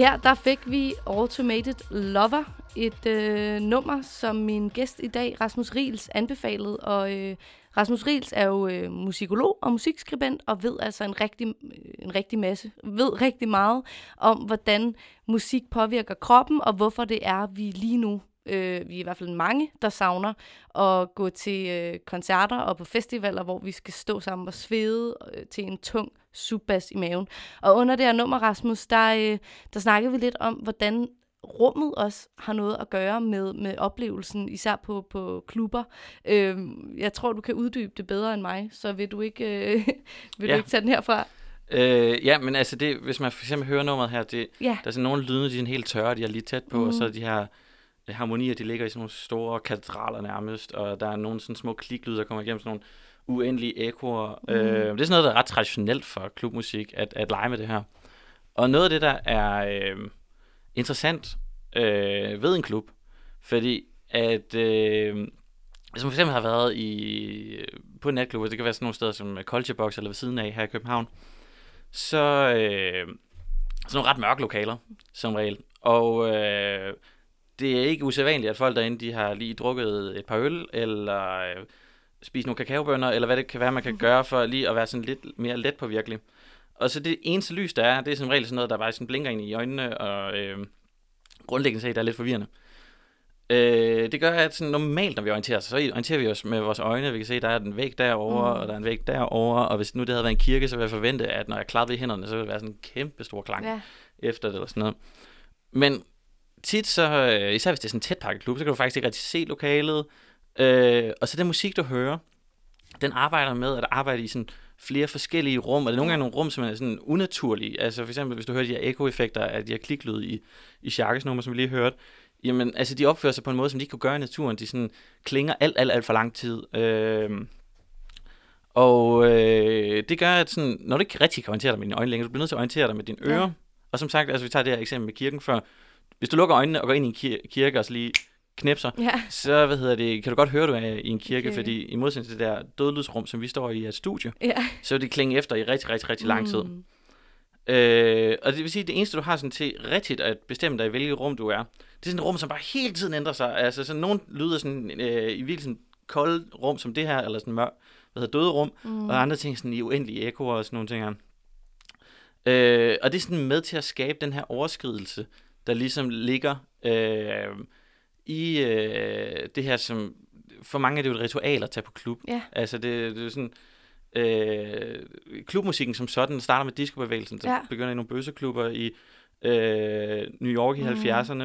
Her der fik vi Automated Lover, et øh, nummer, som min gæst i dag, Rasmus Riels, anbefalede. Og øh, Rasmus Riels er jo øh, musikolog og musikskribent og ved altså en rigtig, en rigtig masse, ved rigtig meget om, hvordan musik påvirker kroppen, og hvorfor det er, vi lige nu, øh, vi er i hvert fald mange, der savner at gå til øh, koncerter og på festivaler, hvor vi skal stå sammen og svede øh, til en tung subbas i maven. Og under det her nummer, Rasmus, der, øh, der snakkede vi lidt om, hvordan rummet også har noget at gøre med, med oplevelsen, især på, på klubber. Øh, jeg tror, du kan uddybe det bedre end mig, så vil du ikke, øh, vil ja. du ikke tage den herfra? Øh, ja, men altså, det, hvis man for eksempel hører nummeret her, det, ja. der er sådan nogle lyde, de er sådan helt tørre, de er lige tæt på, mm. og så de her harmonier, de ligger i sådan nogle store katedraler nærmest, og der er nogle sådan små kliklyde, der kommer igennem sådan nogle uendelige ekoer. Mm. Øh, det er sådan noget, der er ret traditionelt for klubmusik, at, at lege med det her. Og noget af det, der er øh, interessant øh, ved en klub, fordi at øh, hvis man for eksempel har været i, på en natklub, det kan være sådan nogle steder som Culture Box eller ved siden af her i København, så øh, sådan nogle ret mørke lokaler, som regel. Og øh, det er ikke usædvanligt, at folk derinde, de har lige drukket et par øl, eller øh, spist nogle kakaobønner, eller hvad det kan være, man kan gøre for lige at være sådan lidt mere let påvirkelig. Og så det eneste lys, der er, det er som regel sådan noget, der bare sådan blinker ind i øjnene, og øh, grundlæggende set er lidt forvirrende. Øh, det gør, at sådan normalt, når vi orienterer os, så orienterer vi os med vores øjne. Vi kan se, at der er en væg derovre, mm. og der er en væg derovre, og hvis nu det havde været en kirke, så ville jeg forvente, at når jeg klappede i hænderne, så ville det være sådan en kæmpe stor klang ja. efter det, eller sådan noget. Men tit så, øh, især hvis det er sådan en tæt pakket klub, så kan du faktisk ikke rigtig se lokalet. Øh, og så den musik, du hører, den arbejder med at arbejde i sådan flere forskellige rum, og det er nogle gange nogle rum, som er sådan unaturlige. Altså for eksempel, hvis du hører de her eko-effekter af de her kliklyd i, i Sharkes nummer, som vi lige hørte, jamen altså de opfører sig på en måde, som de ikke kunne gøre i naturen. De sådan klinger alt, alt, alt for lang tid. Øh, og øh, det gør, at sådan, når du ikke rigtig kan orientere dig med dine øjne længere, du bliver nødt til at orientere dig med dine ører. Ja. Og som sagt, altså vi tager det her eksempel med kirken før. Hvis du lukker øjnene og går ind i en kir- kirke og så lige knipser, ja. så hvad hedder det, kan du godt høre, du er i en kirke, okay. fordi i modsætning til det der dødlydsrum, som vi står i et studie, ja. så vil det klinge efter i rigtig, rigtig, rigtig lang tid. Mm. Øh, og det vil sige, at det eneste, du har sådan til rigtigt at bestemme dig i, hvilket rum du er, det er sådan et rum, som bare hele tiden ændrer sig. Altså sådan nogle lyder sådan øh, i virkelig sådan koldt rum som det her, eller sådan mørk, hvad hedder døde rum, mm. og andre ting sådan i uendelige ekoer og sådan nogle ting her. Øh, og det er sådan med til at skabe den her overskridelse, der ligesom ligger øh, i øh, det her, som for mange er det jo et ritual at tage på klub. Yeah. Altså det, det er sådan, øh, klubmusikken som sådan starter med discobevægelsen, der yeah. begynder i nogle bøsseklubber i øh, New York i mm. halvfjerdserne.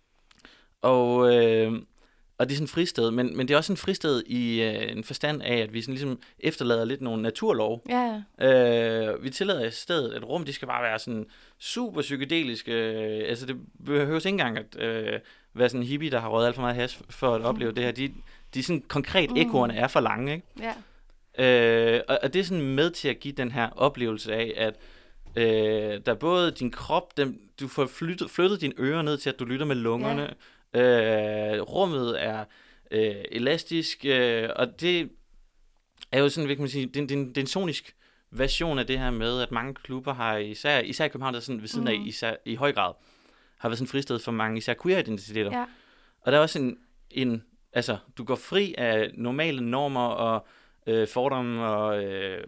Og, øh, og det er sådan et fristed, men, men det er også en fristed i øh, en forstand af, at vi sådan ligesom efterlader lidt nogle naturlov. Yeah. Øh, vi tillader i stedet, at rum, de skal bare være sådan super psykedeliske. Øh, altså det behøves ikke engang at øh, være sådan en hippie, der har røget alt for meget hash for at opleve mm. det her. De, de sådan konkret, mm. ekoerne er for lange, ikke? Yeah. Øh, og, og det er sådan med til at give den her oplevelse af, at øh, der både din krop, den, du får flyttet, flyttet dine ører ned til, at du lytter med lungerne. Yeah. Øh, rummet er øh, elastisk, øh, og det er jo sådan, hvad kan man sige, det, det, det er en sonisk version af det her med, at mange klubber har, især, især i København, der sådan ved siden mm. af, især, i høj grad, har været sådan et fristed for mange, især queer-identiteter. Ja. Og der er også en, en, altså, du går fri af normale normer og øh, fordomme og, øh,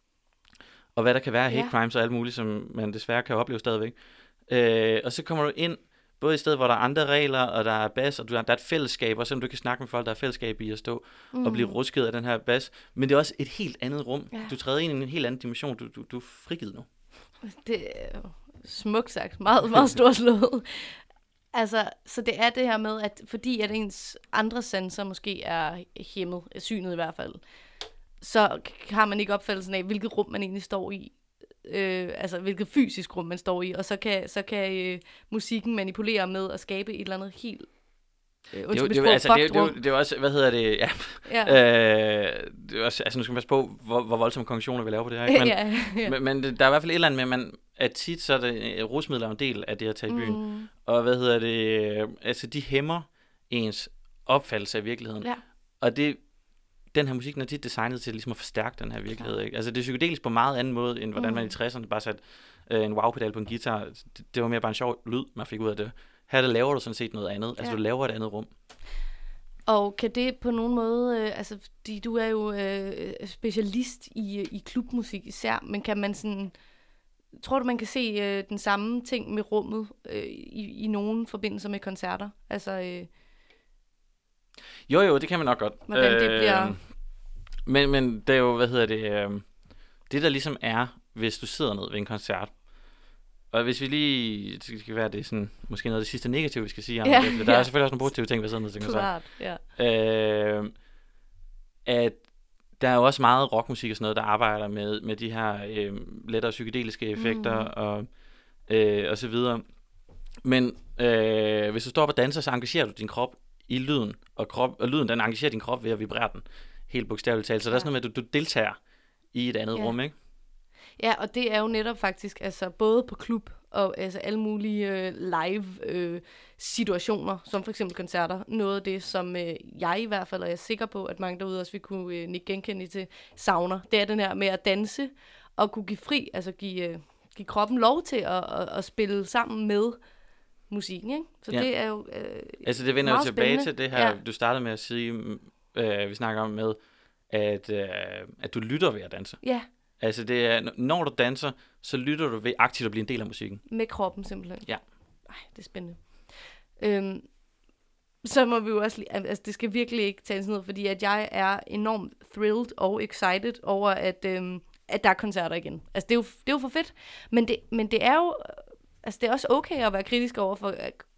og hvad der kan være, hate ja. crimes og alt muligt, som man desværre kan opleve stadigvæk. Øh, og så kommer du ind, både i stedet, hvor der er andre regler, og der er bas, og du har, der er et fællesskab, og selvom du kan snakke med folk, der er fællesskab i at stå mm. og blive rusket af den her bas. Men det er også et helt andet rum. Ja. Du træder ind i en helt anden dimension. Du, du, du er frigivet nu. Det er smukt sagt. Meget, meget storslået. Altså, så det er det her med, at fordi at ens andre sanser måske er hæmmet, synet i hvert fald, så har man ikke opfattelsen af, hvilket rum man egentlig står i. Øh, altså hvilket fysisk rum man står i, og så kan, så kan øh, musikken manipulere med at skabe et eller andet helt øh, undskyld, det, det, altså, det, det, det, det er også, hvad hedder det, ja, ja. Øh, det er også, altså nu skal man passe på, hvor, hvor voldsomme konklusioner vi laver på det her, ikke? Men, ja, ja. men, men der er i hvert fald et eller andet med, man, at tit så er det, rusmidler en del af det at tage i byen, mm. og hvad hedder det, altså de hæmmer ens opfattelse af virkeligheden, ja. og det den her musik, den er tit designet til ligesom at forstærke den her virkelighed. Ikke? Altså det er psykedelisk på meget anden måde, end hvordan mm. man i tresserne bare satte øh, en wow-pedal på en guitar. Det, det var mere bare en sjov lyd, man fik ud af det. Her der laver du sådan set noget andet. Ja. Altså du laver et andet rum. Og kan det på nogen måde, øh, altså fordi du er jo øh, specialist i, i klubmusik især, men kan man sådan, tror du man kan se øh, den samme ting med rummet øh, i, i nogle forbindelser med koncerter? Altså øh, Jo jo, det kan man nok godt. Hvordan det bliver... Øh, men, men det er jo, hvad hedder det, øh, det der ligesom er, hvis du sidder ned ved en koncert, og hvis vi lige, det skal være det sådan, måske noget af det sidste negative, vi skal sige om ja, det, der ja. er selvfølgelig også nogle positive ting ved sådan noget til koncert. Klart, ja. Øh, at der er jo også meget rockmusik og sådan noget, der arbejder med, med de her øh, lettere psykedeliske effekter mm. og, øh, og så videre. Men øh, hvis du står op og danser, så engagerer du din krop i lyden, og, krop, og lyden den engagerer din krop ved at vibrere den, helt bogstaveligt talt. Så ja. Der er sådan noget med, at du, du deltager i et andet ja. rum, ikke? Ja, og det er jo netop faktisk, altså både på klub og altså alle mulige øh, live øh, situationer, som for eksempel koncerter. Noget af det, som øh, jeg i hvert fald, og jeg er sikker på, at mange derude også vil kunne øh, nikke genkende til, savner, det er den her med at danse og kunne give fri, altså give, øh, give kroppen lov til at, at, at spille sammen med musikken, ikke? Så ja. Det er jo øh, altså det vender jo tilbage spændende. Til det her, ja. Du startede med at sige, øh, vi snakker om med, at, øh, at du lytter ved at danse. Ja. Altså det er, når du danser, så lytter du ved aktivt at blive en del af musikken. Med kroppen simpelthen. Ja. Ej, det er spændende. Øhm, så må vi jo også lige, altså det skal virkelig ikke tages ned, fordi at jeg er enormt thrilled og excited over, at, øhm, at der er koncerter igen. Altså det er jo, det er jo for fedt, men det, men det er jo, altså det er også okay at være kritisk over for,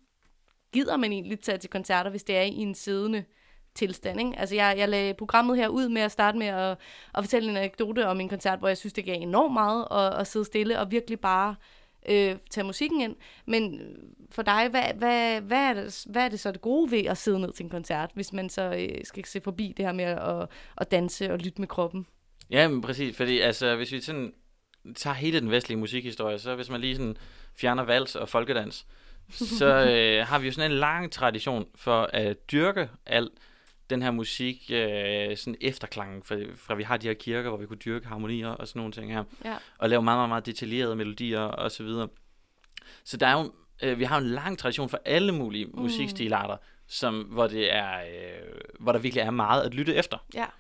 gider man egentlig tage til koncerter, hvis det er i en siddende tilstand, ikke? Altså jeg, jeg lagde programmet her ud med at starte med at, at fortælle en anekdote om en koncert, hvor jeg synes, det gav enormt meget at, at sidde stille og virkelig bare øh, tage musikken ind. Men for dig, hvad, hvad, hvad, er det, hvad er det så det gode ved at sidde ned til en koncert, hvis man så øh, skal se forbi det her med at, at danse og lytte med kroppen? Ja, men præcis, fordi altså, hvis vi sådan tager hele den vestlige musikhistorie, så hvis man lige sådan fjerner vals og folkedans, så øh, har vi jo sådan en lang tradition for at dyrke alt den her musik, øh, sådan efterklangen, fra, fra vi har de her kirker, hvor vi kunne dyrke harmonier og sådan nogle ting her, ja. Og lave meget, meget, meget detaljerede melodier og så videre. Så der er jo, øh, vi har jo en lang tradition for alle mulige mm. musikstilarter, som, hvor, det er, øh, hvor der virkelig er meget at lytte efter,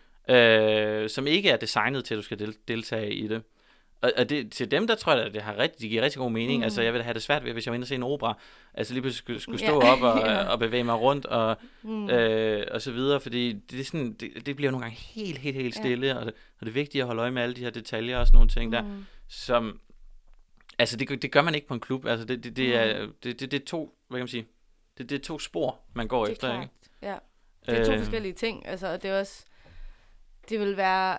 ja. øh, som ikke er designet til, at du skal del- deltage i det. Og, og det, til dem, der tror jeg, at det, har rigtig, det giver rigtig god mening. Mm. Altså, jeg ville have det svært ved, hvis jeg var inde og se en opera. Altså, lige pludselig skulle, skulle stå ja. op og, ja. og bevæge mig rundt og, mm. øh, og så videre. Fordi det, er sådan, det, det bliver nogle gange helt, helt, helt stille. Ja. Og, det, og det er vigtigt at holde øje med alle de her detaljer og sådan nogle ting mm. der. Som, altså, det, det gør man ikke på en klub. Altså, det, det, det, mm. er, det, det, det er to, hvad kan man sige? Det, det er to spor, man går det efter, klart. Ikke? Ja, det er to øh, forskellige ting. Altså, det er også, det vil være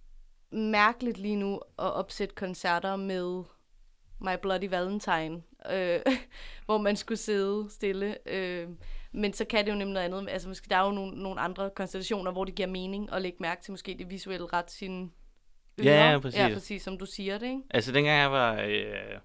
mærkeligt lige nu at opsætte koncerter med My Bloody Valentine, øh, hvor man skulle sidde stille. Øh, men så kan det jo nemlig noget andet. Altså måske der er jo nogle, nogle andre konstellationer, hvor det giver mening at lægge mærke til måske det visuelle ret sine ører. Ja, præcis. Ja, præcis, som du siger det, ikke? Altså dengang jeg var øh,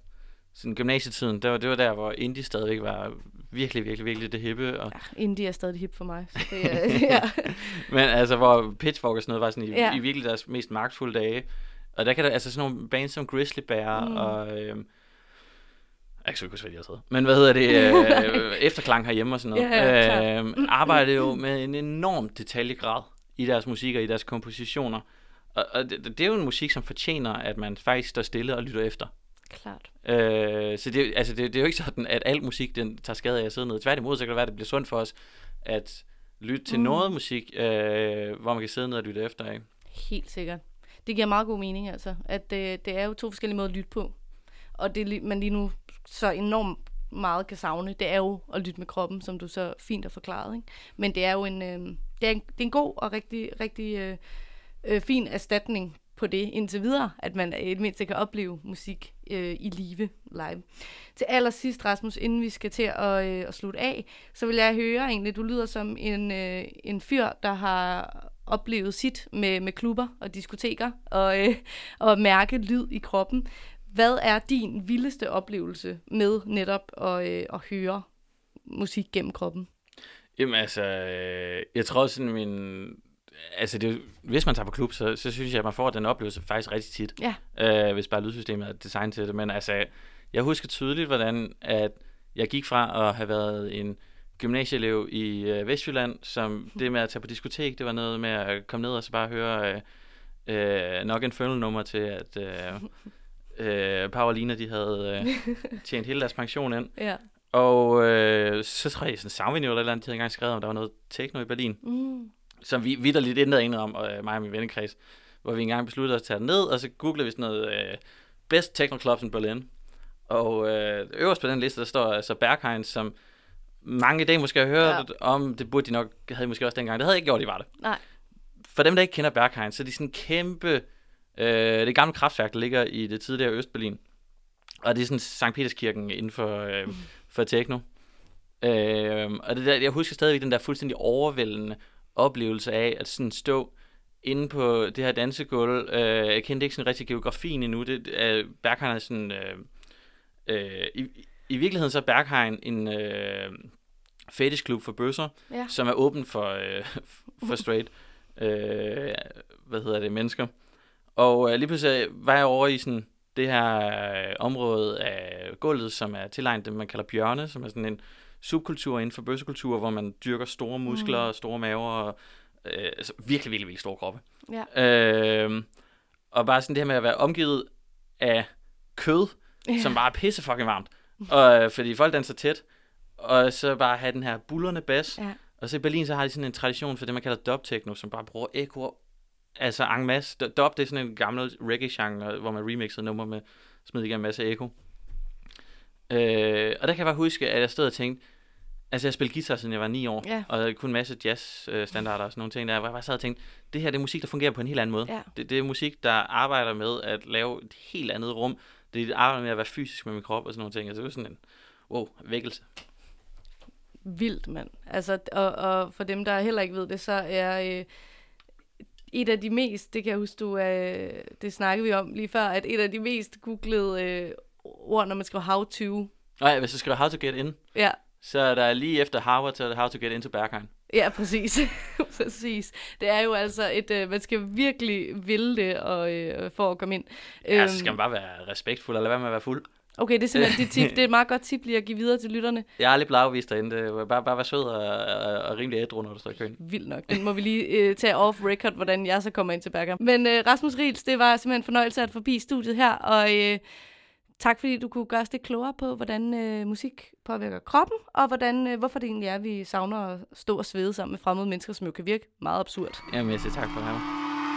sådan gymnasietiden, det var, det var der, hvor indie stadigvæk var virkelig, virkelig, virkelig det hippe. Og... Ja, indie er stadig hip for mig. Så det er, ja. Men altså, hvor Pitchfork og sådan noget var sådan i, ja. i virkelig deres mest magtfulde dage. Og der kan der, altså sådan nogle bands som Grizzly Bear mm. og... Øh, jeg kan ikke huske, hvad de har taget. Men hvad hedder det? Øh, efterklang herhjemme og sådan noget. Ja, øh, arbejdede jo med en enorm detaljegrad i deres musik og i deres kompositioner. Og, og det, det er jo en musik, som fortjener, at man faktisk står stille og lytter efter. Klart. Øh, så det, altså det, det er jo ikke sådan, at al musik den tager skade af at sidde ned. Tværtimod, så kan det være, at det bliver sundt for os at lytte til mm. noget musik, øh, hvor man kan sidde ned og lytte efter af. Helt sikkert. Det giver meget god mening, altså. At det, det er jo to forskellige måder at lytte på. Og det, man lige nu så enormt meget kan savne, det er jo at lytte med kroppen, som du så fint har forklaret, ikke? Men det er jo en, øh, det er en, det er en god og rigtig, rigtig øh, øh, fin erstatning på det indtil videre, at man i det mindste kan opleve musik øh, i live live. Til allersidst, Rasmus, inden vi skal til at, øh, at slutte af, så vil jeg høre egentlig, du lyder som en, øh, en fyr, der har oplevet sit med, med klubber og diskoteker og, øh, og mærke lyd i kroppen. Hvad er din vildeste oplevelse med netop at, øh, at høre musik gennem kroppen? Jamen altså, øh, jeg tror sådan min altså det, hvis man tager på klub, så, så synes jeg, at man får den oplevelse faktisk rigtig tit. Ja. Øh, hvis bare lydsystemet er designet til det. Men altså, jeg husker tydeligt, hvordan at jeg gik fra at have været en gymnasieelev i øh, Vestjylland, som det med at tage på diskotek, det var noget med at komme ned og så bare høre øh, øh, nok en Infernal-nummer til, at øh, øh, Powerlina, de havde øh, tjent hele deres pension ind. Ja. Og øh, så tror jeg, sådan Soundvenue eller et eller andet, de havde engang skrevet om, der var noget techno i Berlin, Mm. som vi vitterligt ændrede ind om, øh, mig og min vennekreds, hvor vi engang besluttede os at tage ned, og så googlede vi sådan noget øh, Best Techno Clubs in Berlin. Og øh, øverst på den liste, der står altså Berghain, som mange i dag måske har hørt ja. om, det burde de nok, havde de måske også dengang, det havde jeg ikke gjort, de var det. Nej. For dem, der ikke kender Berghain, så er de sådan en kæmpe, øh, det gamle kraftværk, der ligger i det tidligere Østberlin. Og det er sådan Sankt Peterskirken inden for, øh, mm. for techno. Øh, og det der, jeg husker stadigvæk den der fuldstændig overvældende oplevelse af at sådan stå inde på det her dansegulv. Øh, jeg kendte ikke sådan rigtig geografien endnu. Det, øh, Berghain er sådan... Øh, øh, i, I virkeligheden så er Berghain en øh, fetishklub for bøsser, ja. som er åben for, øh, for straight øh, hvad hedder det, mennesker. Og øh, lige pludselig var jeg over i sådan det her øh, område af gulvet, som er tilegnet det, man kalder bjørne, som er sådan en subkultur inden for bøssekultur, hvor man dyrker store muskler og mm. store maver og øh, altså virkelig, virkelig, virkelig store kroppe. Ja. Øh, og bare sådan det her med at være omgivet af kød, ja. som bare er pisse fucking varmt. Og, fordi folk danser tæt, og så bare have den her bullerne bass. Ja. Og så i Berlin, så har de sådan en tradition for det, man kalder dub-techno, som bare bruger ekkoer. Altså en masse. Dub, det er sådan en gammel reggae-genre, hvor man remixede nummer med smidt igen en masse ekko. Øh, og der kan jeg bare huske, at jeg stod og tænkte, altså jeg spillede guitar, siden jeg var ni år, ja. og jeg kunne en masse jazz-standarder og sådan nogle ting der, hvor jeg bare sad og tænkte, det her det er musik, der fungerer på en helt anden måde. Ja. Det, det er musik, der arbejder med at lave et helt andet rum. Det arbejder med at være fysisk med min krop og sådan nogle ting. Altså det var sådan en, wow, vækkelse. Vildt, mand. Altså, og, og for dem, der heller ikke ved det, så er øh, et af de mest, det kan jeg huske, du, øh, det snakkede vi om lige før, at et af de mest googlede øh, ord, når man skriver how to. Nej, hvis du skriver how to get in, ja. så er der lige efter Harvard, så er det how to get into Berghain. Ja, præcis. præcis. Det er jo altså et, øh, man skal virkelig ville det og, øh, for at komme ind. Ja, så skal man bare være respektfuld, eller hvad med at være fuld. Okay, det er simpelthen dit tip. Det er et meget godt tip lige at give videre til lytterne. Jeg er aldrig blevet afvist derinde. Det er bare, bare være sød og, og, og rimelig ædru, når du står i køen. Vildt nok. Den må vi lige øh, tage off record, hvordan jeg så kommer ind til Berghain. Men øh, Rasmus Riels, det var simpelthen en fornøjelse at forbi studiet her, og øh, tak fordi du kunne gøre os lidt klogere på, hvordan øh, musik påvirker kroppen, og hvordan, øh, hvorfor det egentlig er, vi savner at stå og svede sammen med fremmede mennesker, som jo kan virke meget absurd. Jamen, jeg siger tak for det her.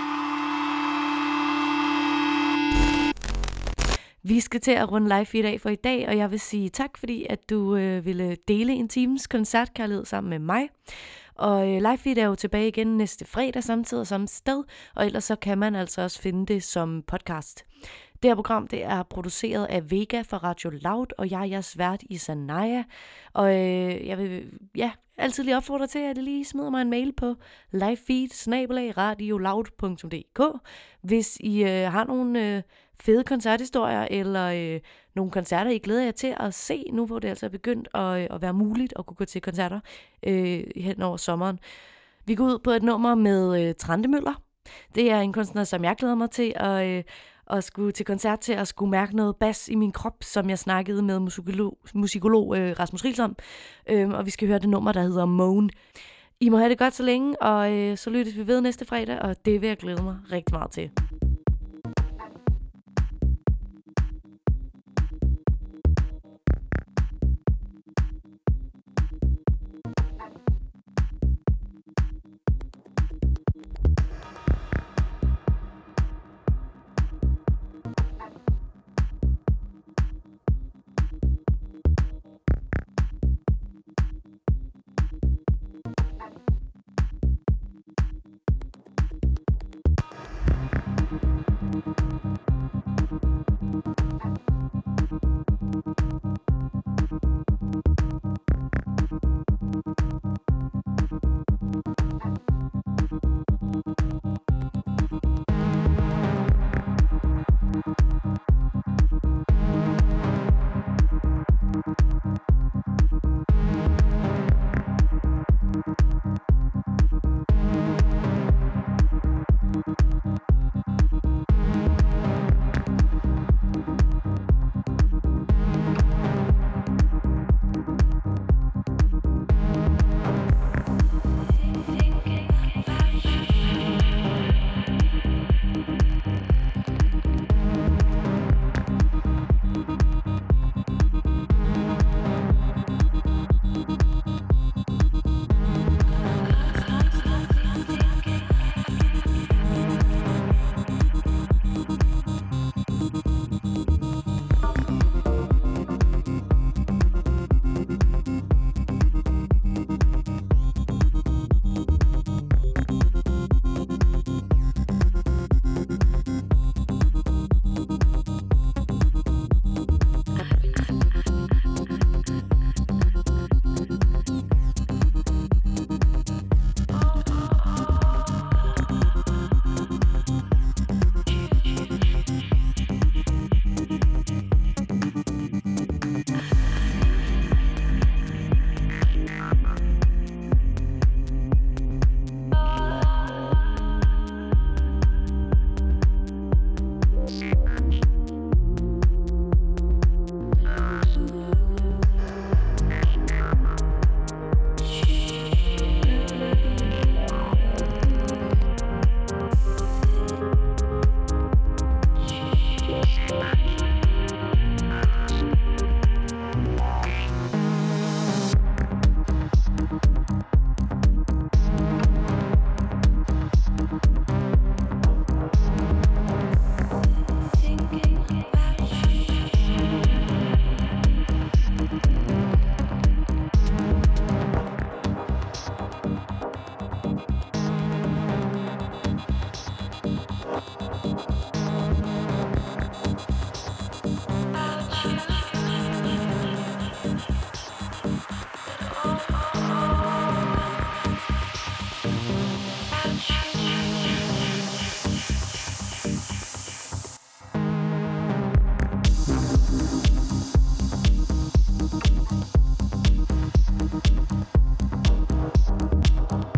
Vi skal til at runde live i dag for i dag, og jeg vil sige tak, fordi at du øh, ville dele en times koncertkærlighed sammen med mig. Og øh, live feed er jo tilbage igen næste fredag, samtidig og samme sted, og ellers så kan man altså også finde det som podcast. Det her program, det er produceret af Vega for Radio Loud, og jeg er jeres vært Isanaya. Og øh, jeg vil ja, altid lige opfordre til, at I lige smider mig en mail på livefeed snabel-a radioloud punktum d k, hvis I øh, har nogle øh, fede koncerthistorier, eller øh, nogle koncerter, I glæder jer til at se, nu hvor det altså er begyndt at, øh, at være muligt at kunne gå til koncerter øh, hen over sommeren. Vi går ud på et nummer med øh, Trandemøller. Det er en kunstner, som jeg glæder mig til at... Øh, og skulle til koncert til at skulle mærke noget bas i min krop, som jeg snakkede med musikolog, musikolog øh, Rasmus Riels om. Øhm, og vi skal høre det nummer, der hedder Moan. I må have det godt så længe, og øh, så lyttes vi ved næste fredag, og det vil jeg glæde mig rigtig meget til. Thank